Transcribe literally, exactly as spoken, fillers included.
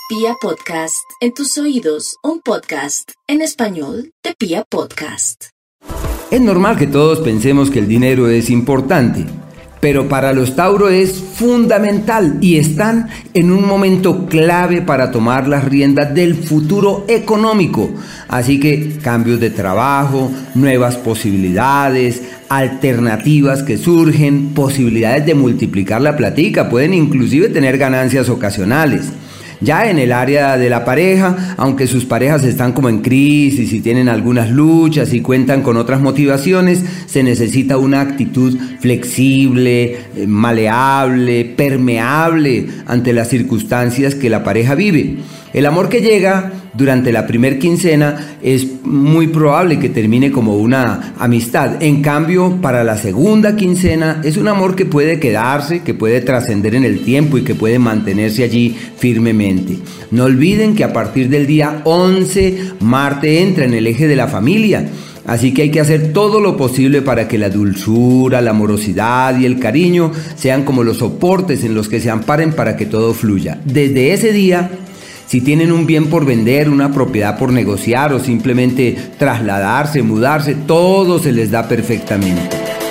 Pia Podcast, en tus oídos, un podcast en español de Pia Podcast. Es normal que todos pensemos que el dinero es importante, pero para los Tauro es fundamental y están en un momento clave para tomar las riendas del futuro económico. Así que cambios de trabajo, nuevas posibilidades, alternativas que surgen, posibilidades de multiplicar la platica, pueden inclusive tener ganancias ocasionales. Ya en el área de la pareja, aunque sus parejas están como en crisis y tienen algunas luchas y cuentan con otras motivaciones, se necesita una actitud flexible, maleable, permeable ante las circunstancias que la pareja vive. El amor que llega durante la primer quincena es muy probable que termine como una amistad. En cambio, para la segunda quincena es un amor que puede quedarse, que puede trascender en el tiempo y que puede mantenerse allí firmemente. No olviden que a partir del día once, Marte entra en el eje de la familia. Así que hay que hacer todo lo posible para que la dulzura, la amorosidad y el cariño sean como los soportes en los que se amparen para que todo fluya. Desde ese día, si tienen un bien por vender, una propiedad por negociar o simplemente trasladarse, mudarse, todo se les da perfectamente.